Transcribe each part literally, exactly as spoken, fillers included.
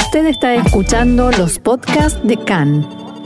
Usted está escuchando los podcasts de C A N.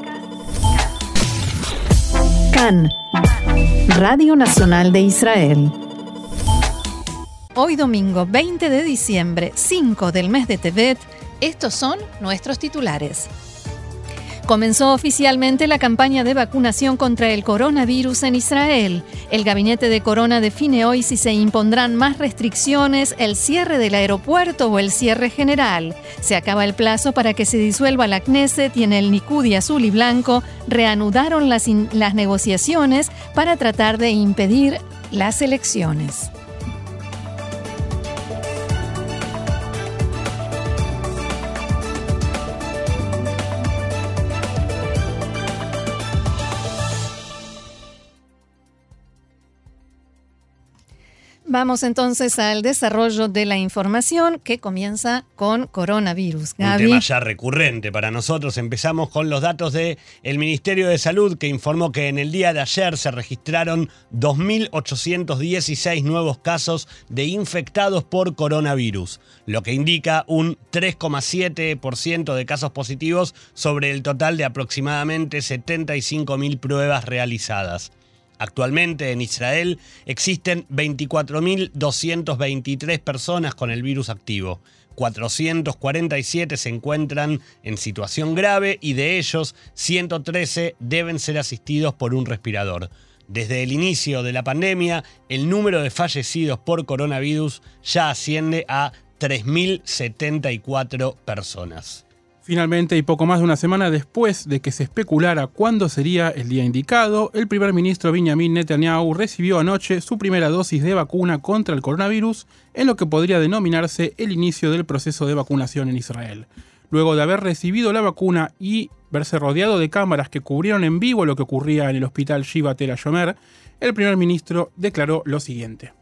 C A N, Radio Nacional de Israel. Hoy domingo veinte de diciembre, cinco del mes de Tevet, estos son nuestros titulares. Comenzó oficialmente la campaña de vacunación contra el coronavirus en Israel. El gabinete de Corona define hoy si se impondrán más restricciones, el cierre del aeropuerto o el cierre general. Se acaba el plazo para que se disuelva la Knesset y en el Nikudi azul y blanco reanudaron las, in- las negociaciones para tratar de impedir las elecciones. Vamos entonces al desarrollo de la información que comienza con coronavirus. Gaby. Un tema ya recurrente para nosotros. Empezamos con los datos del Ministerio de Salud, que informó que en el día de ayer se registraron dos mil ochocientos dieciséis nuevos casos de infectados por coronavirus, lo que indica un tres coma siete por ciento de casos positivos sobre el total de aproximadamente setenta y cinco mil pruebas realizadas. Actualmente en Israel existen veinticuatro mil doscientas veintitrés personas con el virus activo. cuatrocientos cuarenta y siete se encuentran en situación grave y de ellos ciento trece deben ser asistidos por un respirador. Desde el inicio de la pandemia, el número de fallecidos por coronavirus ya asciende a tres mil setenta y cuatro personas. Finalmente, y poco más de una semana después de que se especulara cuándo sería el día indicado, el primer ministro Benjamin Netanyahu recibió anoche su primera dosis de vacuna contra el coronavirus, en lo que podría denominarse el inicio del proceso de vacunación en Israel. Luego de haber recibido la vacuna y verse rodeado de cámaras que cubrieron en vivo lo que ocurría en el hospital Shiva Tel HaShomer, el primer ministro declaró lo siguiente.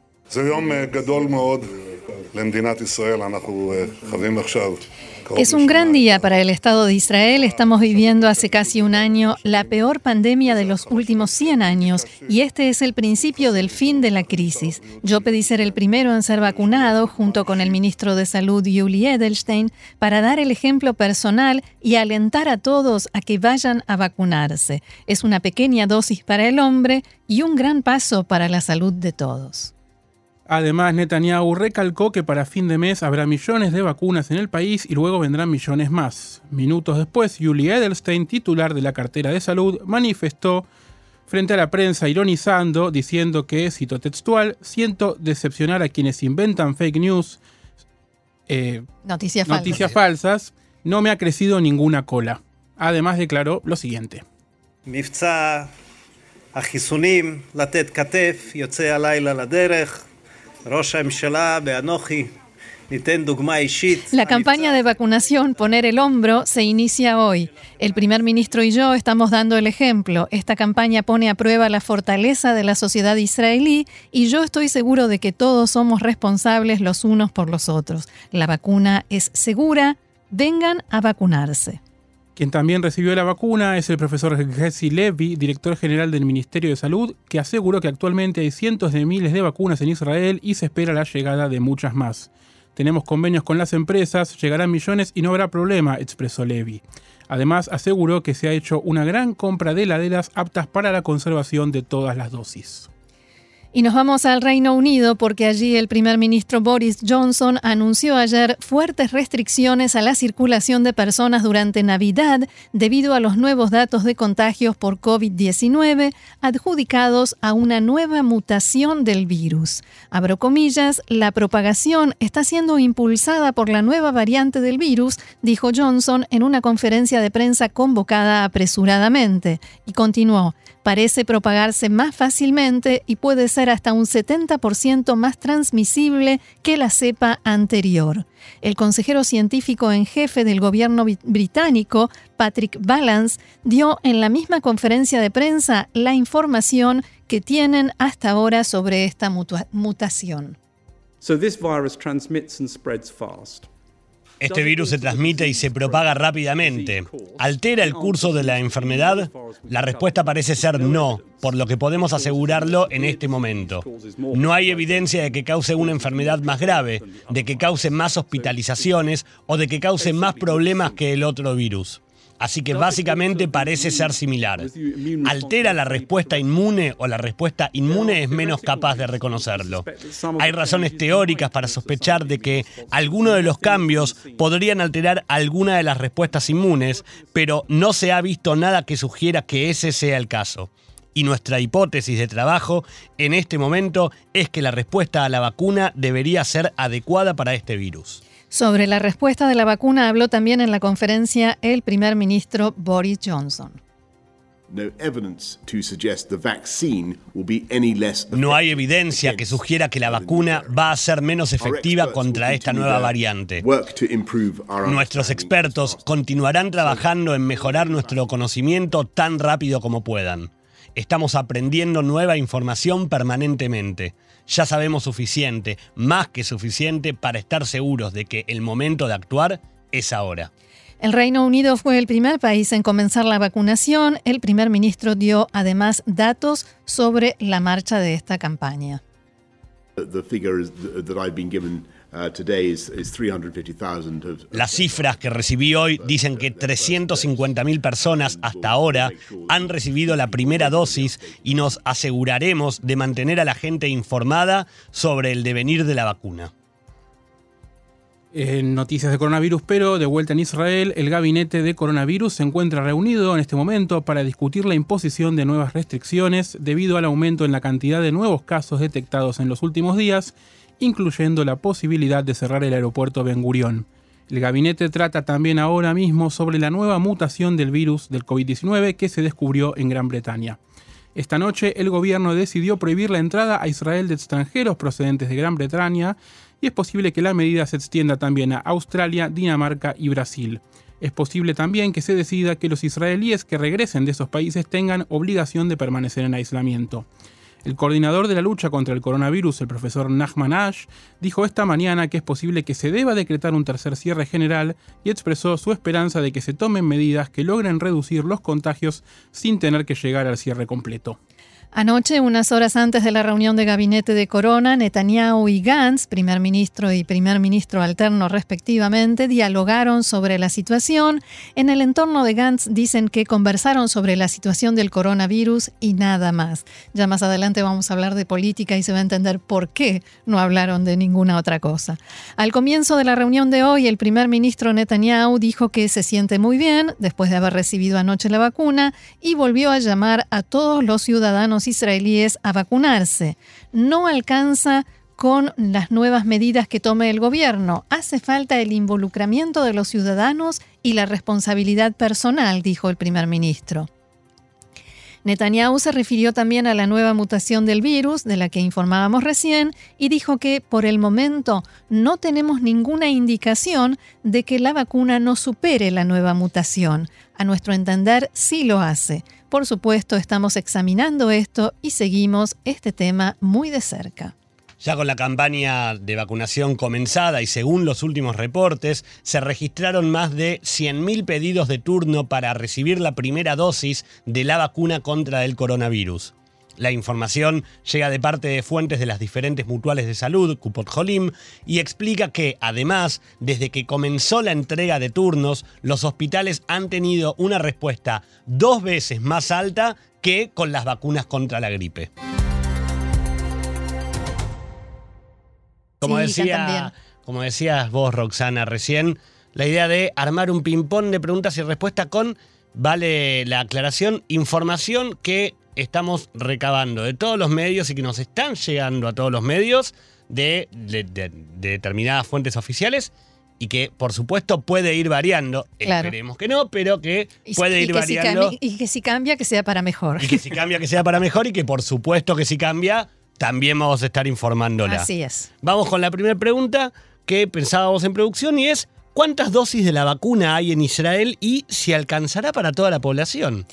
Es un gran día para el Estado de Israel. Estamos viviendo hace casi un año la peor pandemia de los últimos cien años y este es el principio del fin de la crisis. Yo pedí ser el primero en ser vacunado junto con el ministro de Salud Yuli Edelstein para dar el ejemplo personal y alentar a todos a que vayan a vacunarse. Es una pequeña dosis para el hombre y un gran paso para la salud de todos. Además, Netanyahu recalcó que para fin de mes habrá millones de vacunas en el país y luego vendrán millones más. Minutos después, Yuli Edelstein, titular de la cartera de salud, manifestó frente a la prensa ironizando, diciendo que, cito textual, siento decepcionar a quienes inventan fake news, eh, noticias, noticias falsas. falsas, no me ha crecido ninguna cola. Además declaró lo siguiente. מבצע החיסונים לתת כתף יוצא הלילה לדרך. La campaña de vacunación Poner el Hombro se inicia hoy. El primer ministro y yo estamos dando el ejemplo. Esta campaña pone a prueba la fortaleza de la sociedad israelí y yo estoy seguro de que todos somos responsables los unos por los otros. La vacuna es segura. Vengan a vacunarse. Quien también recibió la vacuna es el profesor Hezi Levi, director general del Ministerio de Salud, que aseguró que actualmente hay cientos de miles de vacunas en Israel y se espera la llegada de muchas más. Tenemos convenios con las empresas, llegarán millones y no habrá problema, expresó Levi. Además, aseguró que se ha hecho una gran compra de heladeras aptas para la conservación de todas las dosis. Y nos vamos al Reino Unido porque allí el primer ministro Boris Johnson anunció ayer fuertes restricciones a la circulación de personas durante Navidad debido a los nuevos datos de contagios por covid diecinueve adjudicados a una nueva mutación del virus. Abro comillas, la propagación está siendo impulsada por la nueva variante del virus, dijo Johnson en una conferencia de prensa convocada apresuradamente. Y continuó. Parece propagarse más fácilmente y puede ser hasta un setenta por ciento más transmisible que la cepa anterior. El consejero científico en jefe del gobierno británico, Patrick Vallance, dio en la misma conferencia de prensa la información que tienen hasta ahora sobre esta mutua- mutación. So this virus transmits and spreads fast. Este virus se transmite y se propaga rápidamente. ¿Altera el curso de la enfermedad? La respuesta parece ser no, por lo que podemos asegurarlo en este momento. No hay evidencia de que cause una enfermedad más grave, de que cause más hospitalizaciones o de que cause más problemas que el otro virus. Así que básicamente parece ser similar. ¿Altera la respuesta inmune o la respuesta inmune es menos capaz de reconocerlo? Hay razones teóricas para sospechar de que algunos de los cambios podrían alterar alguna de las respuestas inmunes, pero no se ha visto nada que sugiera que ese sea el caso. Y nuestra hipótesis de trabajo en este momento es que la respuesta a la vacuna debería ser adecuada para este virus. Sobre la respuesta de la vacuna habló también en la conferencia el primer ministro Boris Johnson. No hay evidencia que sugiera que la vacuna va a ser menos efectiva contra esta nueva variante. Nuestros expertos continuarán trabajando en mejorar nuestro conocimiento tan rápido como puedan. Estamos aprendiendo nueva información permanentemente. Ya sabemos suficiente, más que suficiente, para estar seguros de que el momento de actuar es ahora. El Reino Unido fue el primer país en comenzar la vacunación. El primer ministro dio además datos sobre la marcha de esta campaña. Las cifras que recibí hoy dicen que trescientas cincuenta mil personas hasta ahora han recibido la primera dosis y nos aseguraremos de mantener a la gente informada sobre el devenir de la vacuna. En noticias de coronavirus, pero de vuelta en Israel, el gabinete de coronavirus se encuentra reunido en este momento para discutir la imposición de nuevas restricciones debido al aumento en la cantidad de nuevos casos detectados en los últimos días, incluyendo la posibilidad de cerrar el aeropuerto Ben Gurión. El gabinete trata también ahora mismo sobre la nueva mutación del virus del covid diecinueve que se descubrió en Gran Bretaña. Esta noche el gobierno decidió prohibir la entrada a Israel de extranjeros procedentes de Gran Bretaña y es posible que la medida se extienda también a Australia, Dinamarca y Brasil. Es posible también que se decida que los israelíes que regresen de esos países tengan obligación de permanecer en aislamiento. El coordinador de la lucha contra el coronavirus, el profesor Nachman Ash, dijo esta mañana que es posible que se deba decretar un tercer cierre general y expresó su esperanza de que se tomen medidas que logren reducir los contagios sin tener que llegar al cierre completo. Anoche, unas horas antes de la reunión de gabinete de Corona, Netanyahu y Gantz, primer ministro y primer ministro alterno respectivamente, dialogaron sobre la situación. En el entorno de Gantz dicen que conversaron sobre la situación del coronavirus y nada más. Ya más adelante vamos a hablar de política y se va a entender por qué no hablaron de ninguna otra cosa. Al comienzo de la reunión de hoy, el primer ministro Netanyahu dijo que se siente muy bien después de haber recibido anoche la vacuna y volvió a llamar a todos los ciudadanos israelíes a vacunarse. No alcanza con las nuevas medidas que tome el gobierno. Hace falta el involucramiento de los ciudadanos y la responsabilidad personal, dijo el primer ministro. Netanyahu se refirió también a la nueva mutación del virus, de la que informábamos recién, y dijo que por el momento no tenemos ninguna indicación de que la vacuna no supere la nueva mutación. A nuestro entender, sí lo hace. Por supuesto, estamos examinando esto y seguimos este tema muy de cerca. Ya con la campaña de vacunación comenzada y según los últimos reportes, se registraron más de cien mil pedidos de turno para recibir la primera dosis de la vacuna contra el coronavirus. La información llega de parte de fuentes de las diferentes mutuales de salud, Kupot Holim, y explica que, además, desde que comenzó la entrega de turnos, los hospitales han tenido una respuesta dos veces más alta que con las vacunas contra la gripe. Como, sí, decía, como decías vos, Roxana, recién, la idea de armar un ping-pong de preguntas y respuestas con, vale la aclaración, información que estamos recabando de todos los medios y que nos están llegando a todos los medios de, de, de, de determinadas fuentes oficiales y que, por supuesto, puede ir variando. Claro. Esperemos que no, pero que puede y, ir y que variando. Si cambia, y que si cambia, que sea para mejor. Y que si cambia, que sea para mejor y que, por supuesto, que si cambia, también vamos a estar informándola. Así es. Vamos con la primera pregunta que pensábamos en producción y es ¿cuántas dosis de la vacuna hay en Israel y si alcanzará para toda la población?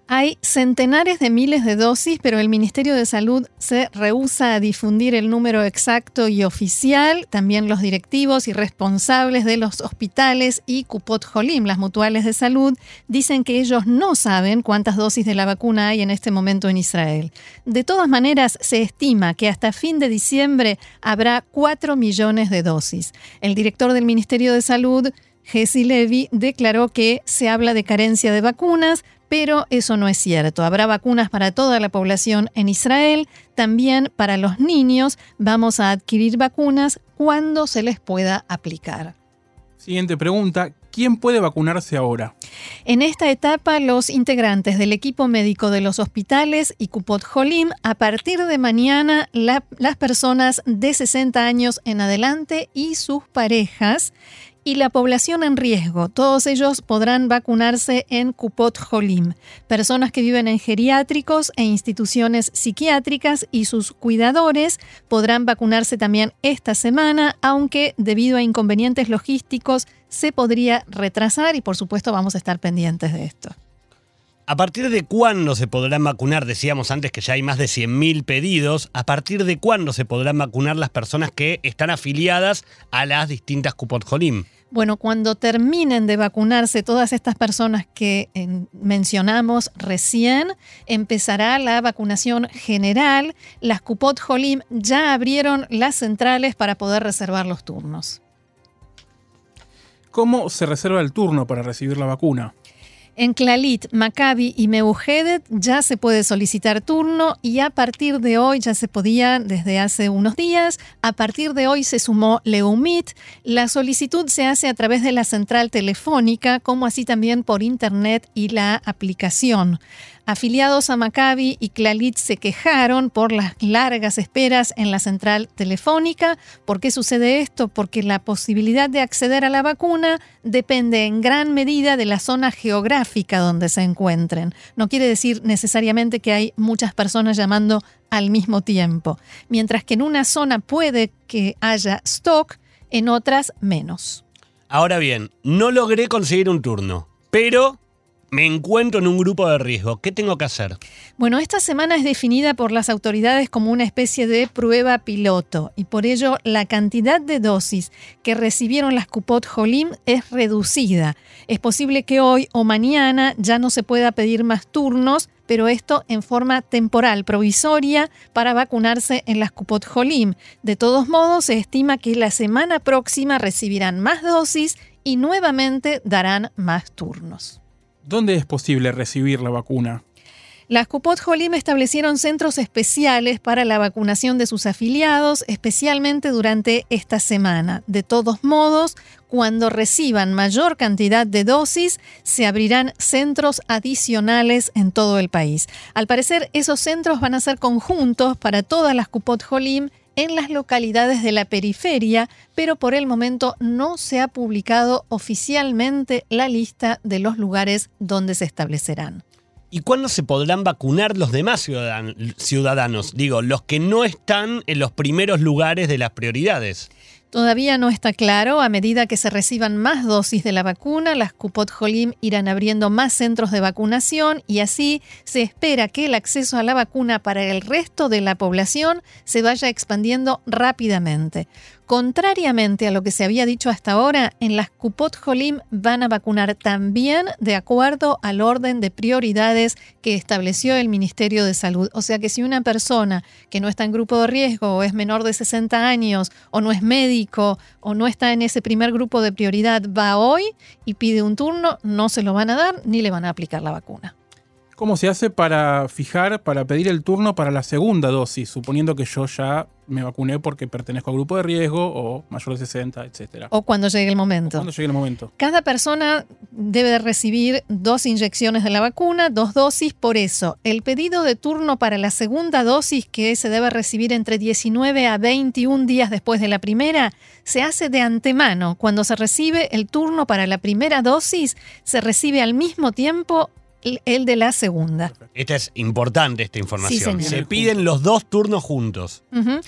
Hay centenares de miles de dosis, pero el Ministerio de Salud se rehúsa a difundir el número exacto y oficial. También los directivos y responsables de los hospitales y Kupot Holim, las mutuales de salud, dicen que ellos no saben cuántas dosis de la vacuna hay en este momento en Israel. De todas maneras, se estima que hasta fin de diciembre habrá cuatro millones de dosis. El director del Ministerio de Salud, Hezi Levi, declaró que se habla de carencia de vacunas, pero eso no es cierto. Habrá vacunas para toda la población en Israel, también para los niños. Vamos a adquirir vacunas cuando se les pueda aplicar. Siguiente pregunta, ¿quién puede vacunarse ahora? En esta etapa, los integrantes del equipo médico de los hospitales y Kupot Holim, a partir de mañana, la, las personas de sesenta años en adelante y sus parejas, y la población en riesgo. Todos ellos podrán vacunarse en Kupot Holim. Personas que viven en geriátricos e instituciones psiquiátricas y sus cuidadores podrán vacunarse también esta semana, aunque debido a inconvenientes logísticos se podría retrasar y por supuesto vamos a estar pendientes de esto. ¿A partir de cuándo se podrán vacunar? Decíamos antes que ya hay más de cien mil pedidos. ¿A partir de cuándo se podrán vacunar las personas que están afiliadas a las distintas Kupot Holim? Bueno, cuando terminen de vacunarse todas estas personas que eh, mencionamos recién, empezará la vacunación general. Las Kupot Holim ya abrieron las centrales para poder reservar los turnos. ¿Cómo se reserva el turno para recibir la vacuna? En Clalit, Maccabi y Meuhedet ya se puede solicitar turno y a partir de hoy, ya se podía desde hace unos días, a partir de hoy se sumó Leumit. La solicitud se hace a través de la central telefónica, como así también por internet y la aplicación. Afiliados a Maccabi y Clalit se quejaron por las largas esperas en la central telefónica. ¿Por qué sucede esto? Porque la posibilidad de acceder a la vacuna depende en gran medida de la zona geográfica donde se encuentren. No quiere decir necesariamente que hay muchas personas llamando al mismo tiempo. Mientras que en una zona puede que haya stock, en otras menos. Ahora bien, no logré conseguir un turno, pero me encuentro en un grupo de riesgo. ¿Qué tengo que hacer? Bueno, esta semana es definida por las autoridades como una especie de prueba piloto y por ello la cantidad de dosis que recibieron las Kupot Holim es reducida. Es posible que hoy o mañana ya no se pueda pedir más turnos, pero esto en forma temporal, provisoria, para vacunarse en las Kupot Holim. De todos modos, se estima que la semana próxima recibirán más dosis y nuevamente darán más turnos. ¿Dónde es posible recibir la vacuna? Las Kupot Holim establecieron centros especiales para la vacunación de sus afiliados, especialmente durante esta semana. De todos modos, cuando reciban mayor cantidad de dosis, se abrirán centros adicionales en todo el país. Al parecer, esos centros van a ser conjuntos para todas las Kupot Holim en las localidades de la periferia, pero por el momento no se ha publicado oficialmente la lista de los lugares donde se establecerán. ¿Y cuándo se podrán vacunar los demás ciudadanos? Digo, los que no están en los primeros lugares de las prioridades. Todavía no está claro. A medida que se reciban más dosis de la vacuna, las Kupot Holim irán abriendo más centros de vacunación y así se espera que el acceso a la vacuna para el resto de la población se vaya expandiendo rápidamente. Contrariamente a lo que se había dicho hasta ahora, en las Kupot Holim van a vacunar también de acuerdo al orden de prioridades que estableció el Ministerio de Salud. O sea que si una persona que no está en grupo de riesgo o es menor de sesenta años o no es médico o no está en ese primer grupo de prioridad va hoy y pide un turno, no se lo van a dar ni le van a aplicar la vacuna. ¿Cómo se hace para fijar, para pedir el turno para la segunda dosis, suponiendo que yo ya me vacuné porque pertenezco al grupo de riesgo o mayor de sesenta, etcétera? O cuando llegue el momento. O cuando llegue el momento. Cada persona debe recibir dos inyecciones de la vacuna, dos dosis. Por eso, el pedido de turno para la segunda dosis, que se debe recibir entre diecinueve a veintiún días después de la primera, se hace de antemano. Cuando se recibe el turno para la primera dosis, se recibe al mismo tiempo el de la segunda. Esta es importante, esta información. Sí, se piden los dos turnos juntos. Uh-huh.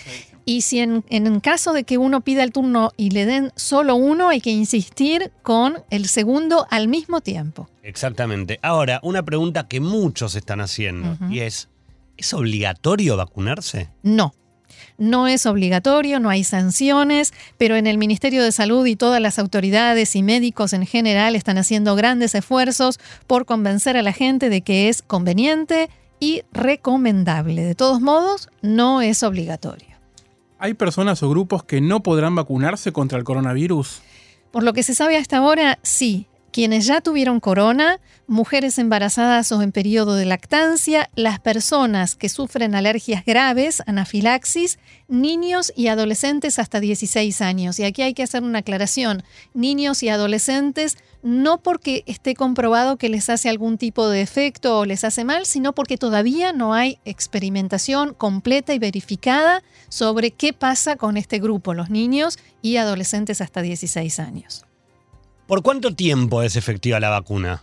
Y si en, en caso de que uno pida el turno y le den solo uno, hay que insistir con el segundo al mismo tiempo. Exactamente. Ahora, una pregunta que muchos están haciendo, uh-huh. y es, ¿es obligatorio vacunarse? No. No es obligatorio, no hay sanciones, pero en el Ministerio de Salud y todas las autoridades y médicos en general están haciendo grandes esfuerzos por convencer a la gente de que es conveniente y recomendable. De todos modos, no es obligatorio. ¿Hay personas o grupos que no podrán vacunarse contra el coronavirus? Por lo que se sabe hasta ahora, sí. Quienes ya tuvieron corona, mujeres embarazadas o en periodo de lactancia, las personas que sufren alergias graves, anafilaxis, niños y adolescentes hasta dieciséis años. Y aquí hay que hacer una aclaración. Niños y adolescentes no porque esté comprobado que les hace algún tipo de efecto o les hace mal, sino porque todavía no hay experimentación completa y verificada sobre qué pasa con este grupo, los niños y adolescentes hasta dieciséis años. ¿Por cuánto tiempo es efectiva la vacuna?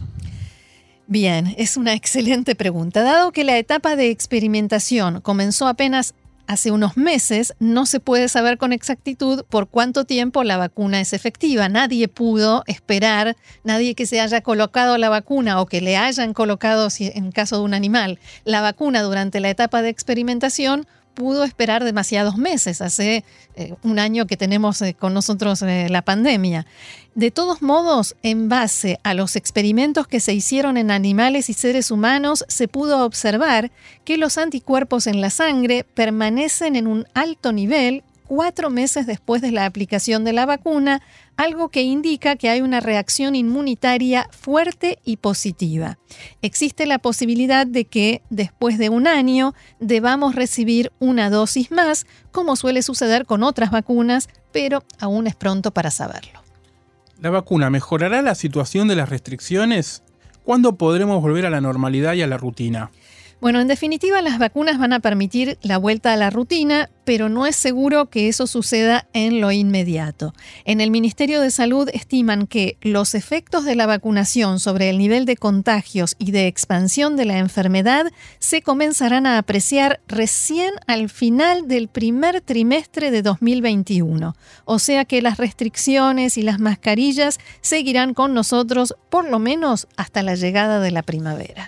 Bien, es una excelente pregunta. Dado que la etapa de experimentación comenzó apenas hace unos meses, no se puede saber con exactitud por cuánto tiempo la vacuna es efectiva. Nadie pudo esperar, nadie que se haya colocado la vacuna o que le hayan colocado, en caso de un animal, la vacuna durante la etapa de experimentación, pudo esperar demasiados meses. Hace eh, un año que tenemos eh, con nosotros eh, la pandemia. De todos modos, en base a los experimentos que se hicieron en animales y seres humanos, se pudo observar que los anticuerpos en la sangre permanecen en un alto nivel cuatro meses después de la aplicación de la vacuna, algo que indica que hay una reacción inmunitaria fuerte y positiva. Existe la posibilidad de que después de un año debamos recibir una dosis más, como suele suceder con otras vacunas, pero aún es pronto para saberlo. ¿La vacuna mejorará la situación de las restricciones? ¿Cuándo podremos volver a la normalidad y a la rutina? Bueno, en definitiva, las vacunas van a permitir la vuelta a la rutina, pero no es seguro que eso suceda en lo inmediato. En el Ministerio de Salud estiman que los efectos de la vacunación sobre el nivel de contagios y de expansión de la enfermedad se comenzarán a apreciar recién al final del primer trimestre de dos mil veintiuno. O sea que las restricciones y las mascarillas seguirán con nosotros por lo menos hasta la llegada de la primavera.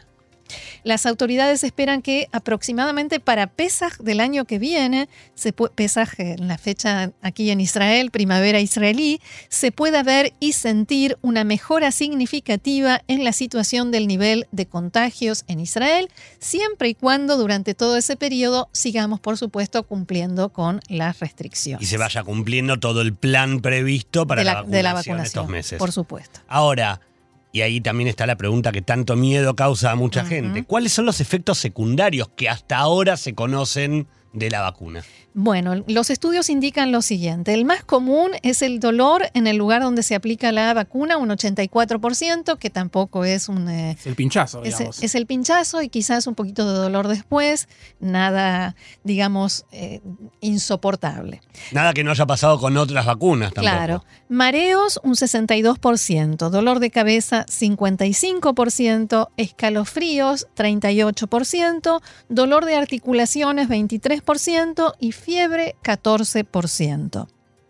Las autoridades esperan que aproximadamente para Pesaj del año que viene, se pu- Pesaj en la fecha aquí en Israel, primavera israelí, se pueda ver y sentir una mejora significativa en la situación del nivel de contagios en Israel, siempre y cuando durante todo ese periodo sigamos, por supuesto, cumpliendo con las restricciones. Y se vaya cumpliendo todo el plan previsto para de la, la, vacunación de la vacunación estos meses. Por supuesto. Ahora, y ahí también está la pregunta que tanto miedo causa a mucha uh-huh. gente. ¿Cuáles son los efectos secundarios que hasta ahora se conocen de la vacuna? Bueno, los estudios indican lo siguiente. El más común es el dolor en el lugar donde se aplica la vacuna, un ochenta y cuatro por ciento, que tampoco es un... Eh, es el pinchazo, digamos. Es, es el pinchazo y quizás un poquito de dolor después, nada, digamos, eh, insoportable. Nada que no haya pasado con otras vacunas tampoco. Claro. Mareos, un sesenta y dos por ciento. Dolor de cabeza, cincuenta y cinco por ciento. Escalofríos, treinta y ocho por ciento. Dolor de articulaciones, veintitrés por ciento. Y fiebre, catorce por ciento.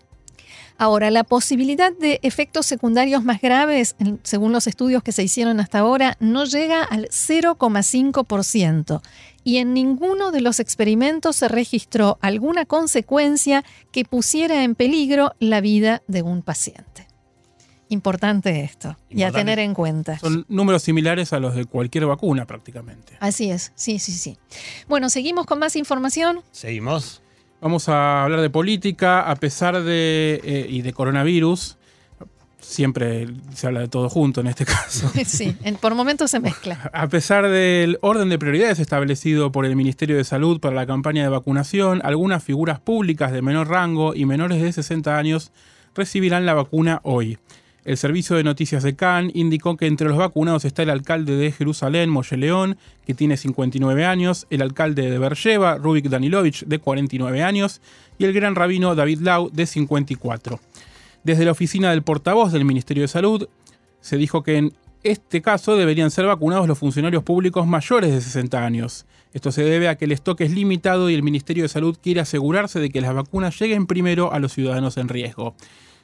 Ahora, la posibilidad de efectos secundarios más graves, según los estudios que se hicieron hasta ahora, no llega al cero coma cinco por ciento. Y en ninguno de los experimentos se registró alguna consecuencia que pusiera en peligro la vida de un paciente. Importante esto, Importante. Y a tener en cuenta. Son números similares a los de cualquier vacuna prácticamente. Así es, sí, sí, sí. Bueno, ¿seguimos con más información? Seguimos. Vamos a hablar de política, a pesar de, eh, y de coronavirus. Siempre se habla de todo junto en este caso. Sí, en, por momentos se mezcla. A pesar del orden de prioridades establecido por el Ministerio de Salud para la campaña de vacunación, algunas figuras públicas de menor rango y menores de sesenta años recibirán la vacuna hoy. El servicio de noticias de Cannes indicó que entre los vacunados está el alcalde de Jerusalén, Moshe León, que tiene cincuenta y nueve años, el alcalde de Beersheba, Rubik Danilovich, de cuarenta y nueve años, y el gran rabino David Lau, de cincuenta y cuatro. Desde la oficina del portavoz del Ministerio de Salud, se dijo que en este caso deberían ser vacunados los funcionarios públicos mayores de sesenta años. Esto se debe a que el stock es limitado y el Ministerio de Salud quiere asegurarse de que las vacunas lleguen primero a los ciudadanos en riesgo.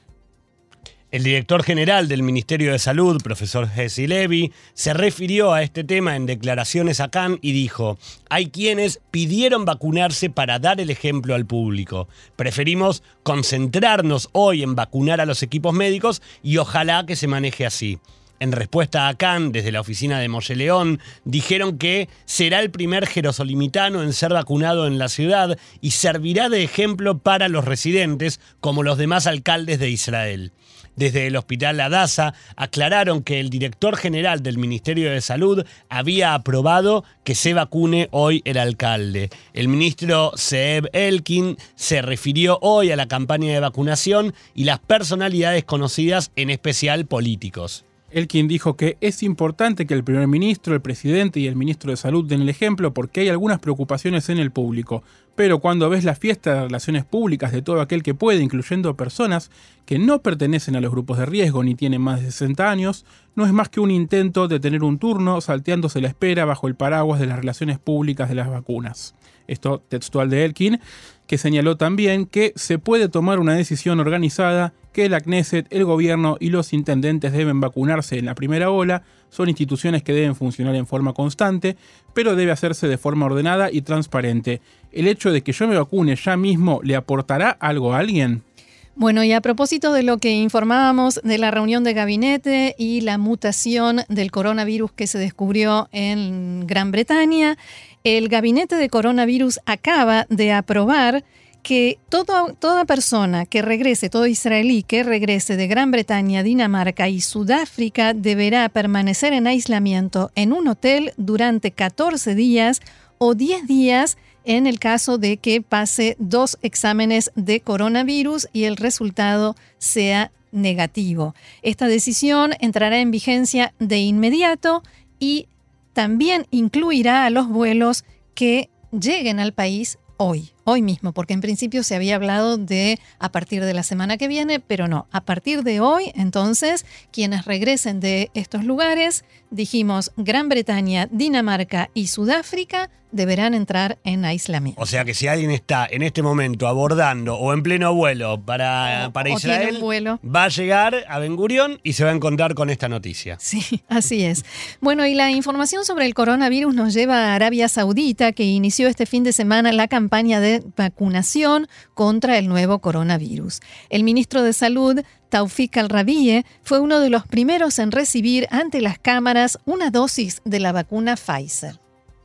El director general del Ministerio de Salud, profesor Hezi Levi, se refirió a este tema en declaraciones a Cannes y dijo: hay quienes pidieron vacunarse para dar el ejemplo al público. Preferimos concentrarnos hoy en vacunar a los equipos médicos y ojalá que se maneje así. En respuesta a Cannes, desde la oficina de Moshe León, dijeron que será el primer jerosolimitano en ser vacunado en la ciudad y servirá de ejemplo para los residentes, como los demás alcaldes de Israel. Desde el Hospital Hadassah aclararon que el director general del Ministerio de Salud había aprobado que se vacune hoy el alcalde. El ministro Zeev Elkin se refirió hoy a la campaña de vacunación y las personalidades conocidas, en especial políticos. Elkin dijo que es importante que el primer ministro, el presidente y el ministro de Salud den el ejemplo porque hay algunas preocupaciones en el público. Pero cuando ves la fiesta de relaciones públicas de todo aquel que puede, incluyendo personas que no pertenecen a los grupos de riesgo ni tienen más de sesenta años, no es más que un intento de tener un turno salteándose la espera bajo el paraguas de las relaciones públicas de las vacunas. Esto textual de Elkin, que señaló también que se puede tomar una decisión organizada, que la Knesset, el gobierno y los intendentes deben vacunarse en la primera ola, son instituciones que deben funcionar en forma constante, pero debe hacerse de forma ordenada y transparente. ¿El hecho de que yo me vacune ya mismo le aportará algo a alguien? Bueno, y a propósito de lo que informábamos de la reunión de gabinete y la mutación del coronavirus que se descubrió en Gran Bretaña, el gabinete de coronavirus acaba de aprobar que todo, toda persona que regrese, todo israelí que regrese de Gran Bretaña, Dinamarca y Sudáfrica deberá permanecer en aislamiento en un hotel durante catorce días o diez días en el caso de que pase dos exámenes de coronavirus y el resultado sea negativo. Esta decisión entrará en vigencia de inmediato y también incluirá a los vuelos que lleguen al país hoy, hoy mismo, porque en principio se había hablado de a partir de la semana que viene, pero no, a partir de hoy, entonces, quienes regresen de estos lugares, dijimos Gran Bretaña, Dinamarca y Sudáfrica, deberán entrar en aislamiento. O sea que si alguien está en este momento abordando o en pleno vuelo para, o, para o Israel, vuelo. va a llegar a Ben Gurión y se va a encontrar con esta noticia. Sí, así es. Bueno, y la información sobre el coronavirus nos lleva a Arabia Saudita, que inició este fin de semana la campaña de vacunación contra el nuevo coronavirus. El ministro de Salud, Taufik Al-Rabieh, fue uno de los primeros en recibir ante las cámaras una dosis de la vacuna Pfizer.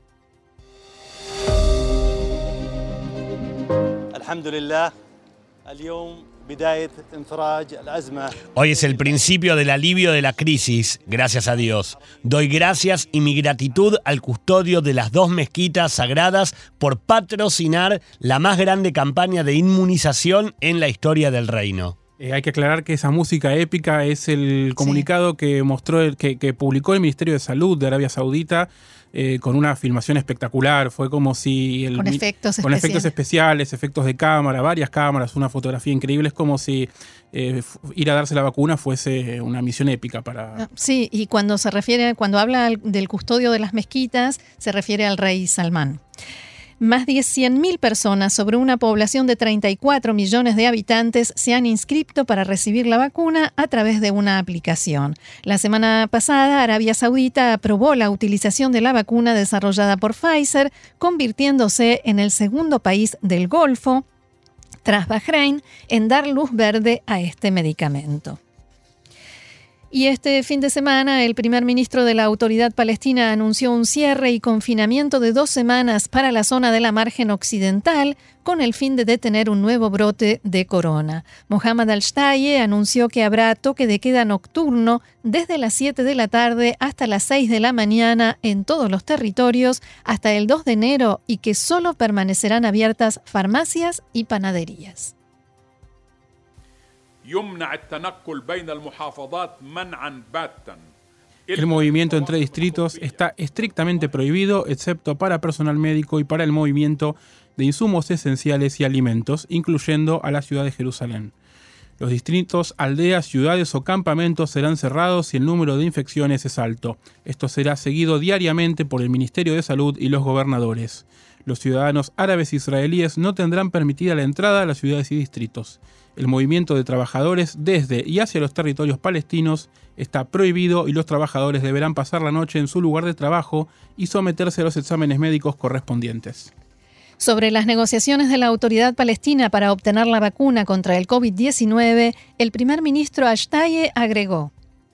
Hoy es el principio del alivio de la crisis, gracias a Dios. Doy gracias y mi gratitud al custodio de las dos mezquitas sagradas por patrocinar la más grande campaña de inmunización en la historia del reino. Eh, hay que aclarar que esa música épica es el comunicado sí. que mostró, el, que, que publicó el Ministerio de Salud de Arabia Saudita eh, con una filmación espectacular. Fue como si... El, con efectos con especiales. efectos especiales, efectos de cámara, varias cámaras, una fotografía increíble. Es como si eh, ir a darse la vacuna fuese una misión épica para... Sí, y cuando se refiere, cuando habla del custodio de las mezquitas, se refiere al rey Salmán. Más de cien mil personas sobre una población de treinta y cuatro millones de habitantes se han inscrito para recibir la vacuna a través de una aplicación. La semana pasada, Arabia Saudita aprobó la utilización de la vacuna desarrollada por Pfizer, convirtiéndose en el segundo país del Golfo, tras Bahrein, en dar luz verde a este medicamento. Y este fin de semana, el primer ministro de la Autoridad Palestina anunció un cierre y confinamiento de dos semanas para la zona de la margen occidental con el fin de detener un nuevo brote de corona. Mohammad Al-Shtaye anunció que habrá toque de queda nocturno desde las siete de la tarde hasta las seis de la mañana en todos los territorios hasta el dos de enero y que solo permanecerán abiertas farmacias y panaderías. El movimiento entre distritos está estrictamente prohibido, excepto para personal médico y para el movimiento de insumos esenciales y alimentos, incluyendo a la ciudad de Jerusalén. Los distritos, aldeas, ciudades o campamentos serán cerrados si el número de infecciones es alto. Esto será seguido diariamente por el Ministerio de Salud y los gobernadores. Los ciudadanos árabes israelíes no tendrán permitida la entrada a las ciudades y distritos. El movimiento de trabajadores desde y hacia los territorios palestinos está prohibido y los trabajadores deberán pasar la noche en su lugar de trabajo y someterse a los exámenes médicos correspondientes. Sobre las negociaciones de la autoridad palestina para obtener la vacuna contra el COVID diecinueve, el primer ministro Ashtaye agregó: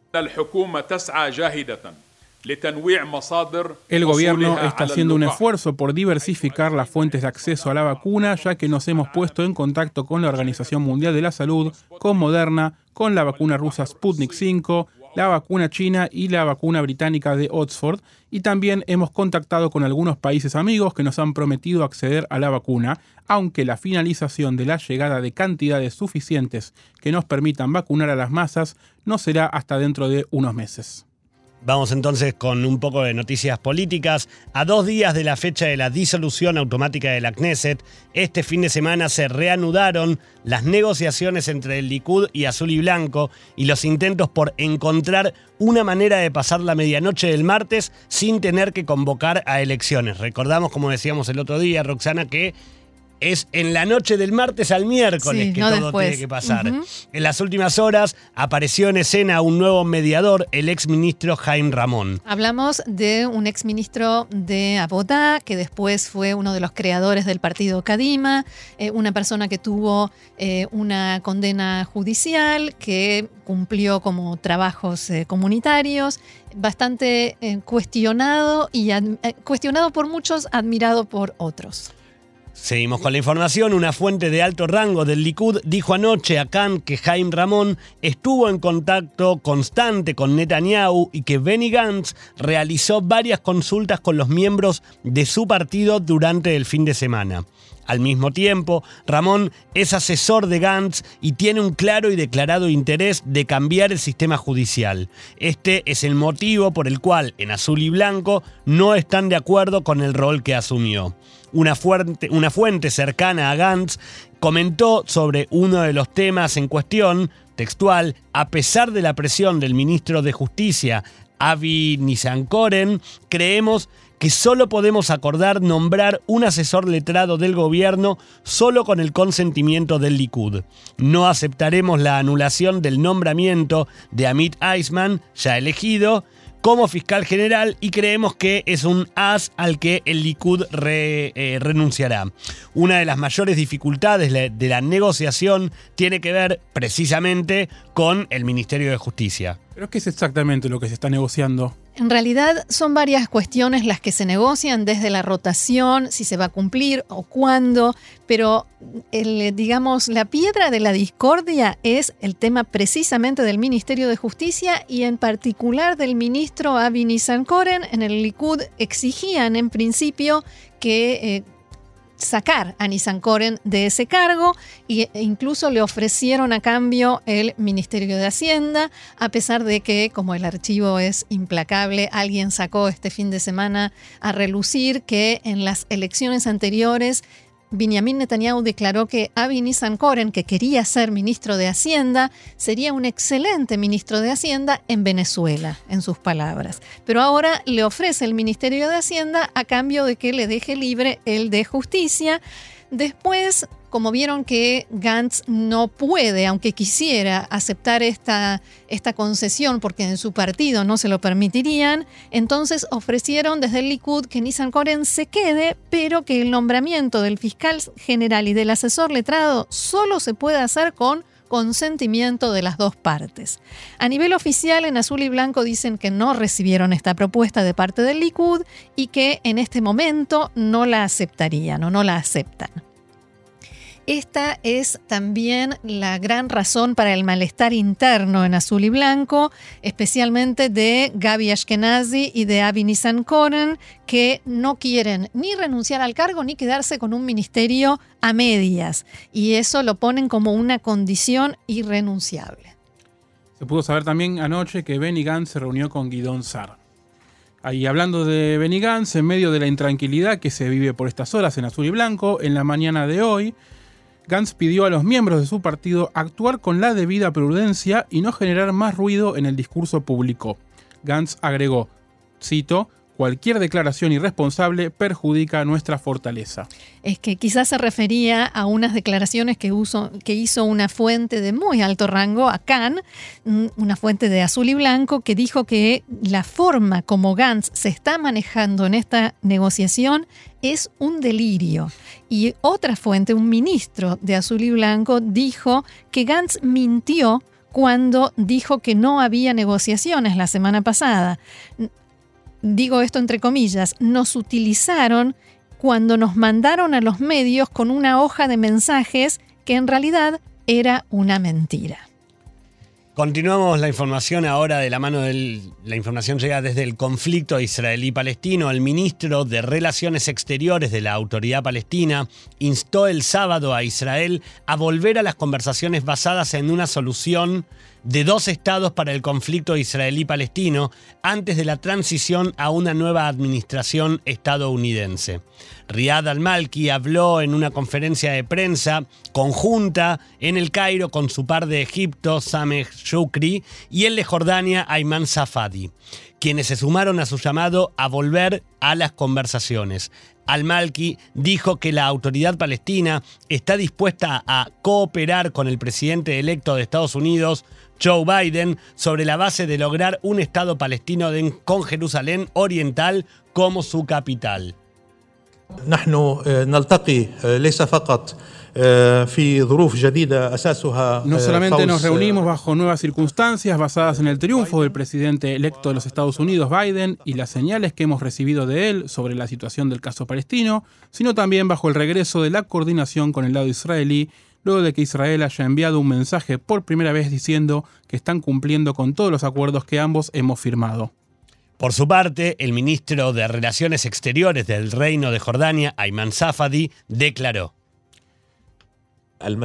el gobierno está haciendo un esfuerzo por diversificar las fuentes de acceso a la vacuna, ya que nos hemos puesto en contacto con la Organización Mundial de la Salud, con Moderna, con la vacuna rusa Sputnik cinco, la vacuna china y la vacuna británica de Oxford, y también hemos contactado con algunos países amigos que nos han prometido acceder a la vacuna, aunque la finalización de la llegada de cantidades suficientes que nos permitan vacunar a las masas no será hasta dentro de unos meses. Vamos entonces con un poco de noticias políticas. A dos días de la fecha de la disolución automática de la Knesset, este fin de semana se reanudaron las negociaciones entre el Likud y Azul y Blanco y los intentos por encontrar una manera de pasar la medianoche del martes sin tener que convocar a elecciones. Recordamos, como decíamos el otro día, Roxana, que es en la noche del martes al miércoles sí, que no todo después. Tiene que pasar. Uh-huh. En las últimas horas apareció en escena un nuevo mediador, el exministro Haim Ramón. Hablamos de un exministro de Abodá, que después fue uno de los creadores del partido Kadima, eh, una persona que tuvo eh, una condena judicial, que cumplió como trabajos eh, comunitarios, bastante eh, cuestionado, y ad- eh, cuestionado por muchos, admirado por otros. Seguimos con la información. Una fuente de alto rango del Likud dijo anoche a Cannes que Haim Ramón estuvo en contacto constante con Netanyahu y que Benny Gantz realizó varias consultas con los miembros de su partido durante el fin de semana. Al mismo tiempo, Ramón es asesor de Gantz y tiene un claro y declarado interés de cambiar el sistema judicial. Este es el motivo por el cual en Azul y Blanco no están de acuerdo con el rol que asumió. Una fuente, una fuente cercana a Gantz comentó sobre uno de los temas en cuestión, textual: a pesar de la presión del ministro de Justicia, Avi Nissankoren, creemos que solo podemos acordar nombrar un asesor letrado del gobierno solo con el consentimiento del Likud. No aceptaremos la anulación del nombramiento de Amit Eisman, ya elegido, como fiscal general, y creemos que es un as al que el Likud re, eh, renunciará. Una de las mayores dificultades de la negociación tiene que ver precisamente con el Ministerio de Justicia. ¿Pero qué es exactamente lo que se está negociando? En realidad son varias cuestiones las que se negocian, desde la rotación, si se va a cumplir o cuándo, pero el, digamos, la piedra de la discordia es el tema precisamente del Ministerio de Justicia y en particular del ministro Avi Nissankoren. En el Likud exigían en principio que eh, sacar a Nissankoren de ese cargo e incluso le ofrecieron a cambio el Ministerio de Hacienda, a pesar de que, como el archivo es implacable, alguien sacó este fin de semana a relucir que en las elecciones anteriores Benjamin Netanyahu declaró que Avi Nissankoren, que quería ser ministro de Hacienda, sería un excelente ministro de Hacienda en Venezuela, en sus palabras. Pero ahora le ofrece el Ministerio de Hacienda a cambio de que le deje libre el de Justicia. Después, como vieron que Gantz no puede, aunque quisiera, aceptar esta, esta concesión porque en su partido no se lo permitirían, entonces ofrecieron desde el Likud que Nissankoren se quede, pero que el nombramiento del fiscal general y del asesor letrado solo se puede hacer con consentimiento de las dos partes. A nivel oficial, en Azul y Blanco dicen que no recibieron esta propuesta de parte del Likud y que en este momento no la aceptarían o no la aceptan. Esta es también la gran razón para el malestar interno en Azul y Blanco, especialmente de Gaby Ashkenazi y de Avi Nissankoren, que no quieren ni renunciar al cargo ni quedarse con un ministerio a medias. Y eso lo ponen como una condición irrenunciable. Se pudo saber también anoche que Benny Gantz se reunió con Guidón Sar. Ahí hablando de Benny Gantz, en medio de la intranquilidad que se vive por estas horas en Azul y Blanco, en la mañana de hoy, Gantz pidió a los miembros de su partido actuar con la debida prudencia y no generar más ruido en el discurso público. Gantz agregó, cito, cualquier declaración irresponsable perjudica nuestra fortaleza. Es que quizás se refería a unas declaraciones que, uso, que hizo una fuente de muy alto rango, a Kan, una fuente de azul y blanco, que dijo que la forma como Gantz se está manejando en esta negociación es un delirio. Y otra fuente, un ministro de azul y blanco, dijo que Gantz mintió cuando dijo que no había negociaciones la semana pasada. Digo esto entre comillas, nos utilizaron cuando nos mandaron a los medios con una hoja de mensajes que en realidad era una mentira. Continuamos la información ahora de la mano de la información llega desde el conflicto israelí-palestino. El ministro de Relaciones Exteriores de la Autoridad Palestina instó el sábado a Israel a volver a las conversaciones basadas en una solución de dos estados para el conflicto israelí-palestino antes de la transición a una nueva administración estadounidense. Riyad al-Malki habló en una conferencia de prensa conjunta en el Cairo con su par de Egipto, Sameh Shoukry, y el de Jordania, Ayman Safadi, quienes se sumaron a su llamado a volver a las conversaciones. Al-Malki dijo que la autoridad palestina está dispuesta a cooperar con el presidente electo de Estados Unidos, Joe Biden, sobre la base de lograr un Estado palestino con Jerusalén Oriental como su capital. No solamente nos reunimos bajo nuevas circunstancias basadas en el triunfo del presidente electo de los Estados Unidos, Biden, y las señales que hemos recibido de él sobre la situación del caso palestino, sino también bajo el regreso de la coordinación con el lado israelí, luego de que Israel haya enviado un mensaje por primera vez diciendo que están cumpliendo con todos los acuerdos que ambos hemos firmado. Por su parte, el ministro de Relaciones Exteriores del Reino de Jordania, Ayman Safadi, declaró: El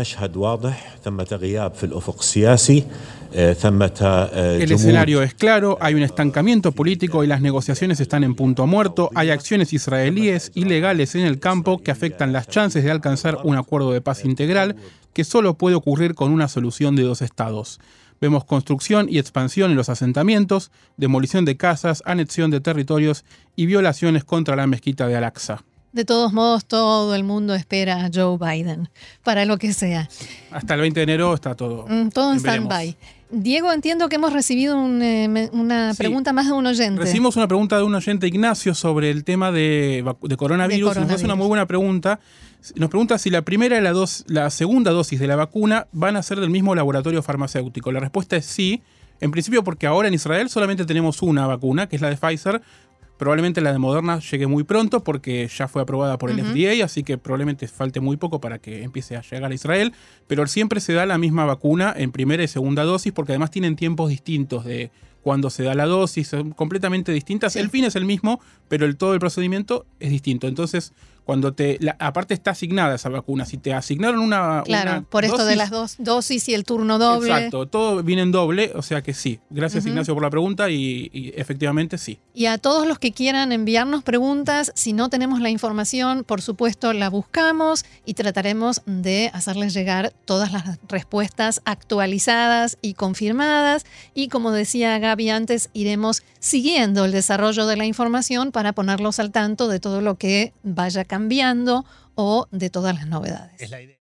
escenario es claro, hay un estancamiento político y las negociaciones están en punto muerto, hay acciones israelíes ilegales en el campo que afectan las chances de alcanzar un acuerdo de paz integral que solo puede ocurrir con una solución de dos estados. Vemos construcción y expansión en los asentamientos, demolición de casas, anexión de territorios y violaciones contra la mezquita de Al-Aqsa. De todos modos, todo el mundo espera a Joe Biden, para lo que sea. Hasta el veinte de enero está todo. Mm, todo en stand-by. Diego, entiendo que hemos recibido un, eh, una sí. pregunta más de un oyente. Recibimos una pregunta de un oyente, Ignacio, sobre el tema de, de, coronavirus. de coronavirus. Nos hace una muy buena pregunta. Nos pregunta si la primera y la, dos, la segunda dosis de la vacuna van a ser del mismo laboratorio farmacéutico. La respuesta es sí. En principio porque ahora en Israel solamente tenemos una vacuna, que es la de Pfizer. Probablemente la de Moderna llegue muy pronto porque ya fue aprobada por el uh-huh. F D A, así que probablemente falte muy poco para que empiece a llegar a Israel. Pero siempre se da la misma vacuna en primera y segunda dosis porque además tienen tiempos distintos de cuando se da la dosis, son completamente distintas. Sí. El fin es el mismo, pero el, todo el procedimiento es distinto. Entonces, cuando te... La, aparte está asignada esa vacuna. Si te asignaron una Claro, una por esto dosis, de las dos dosis y el turno doble. Exacto, todo viene en doble, o sea que sí. Gracias, uh-huh. Ignacio, por la pregunta y, y efectivamente sí. Y a todos los que quieran enviarnos preguntas, si no tenemos la información, por supuesto la buscamos y trataremos de hacerles llegar todas las respuestas actualizadas y confirmadas. Y como decía Gaby antes, iremos siguiendo el desarrollo de la información para ponerlos al tanto de todo lo que vaya cambiando o de todas las novedades. Es la idea.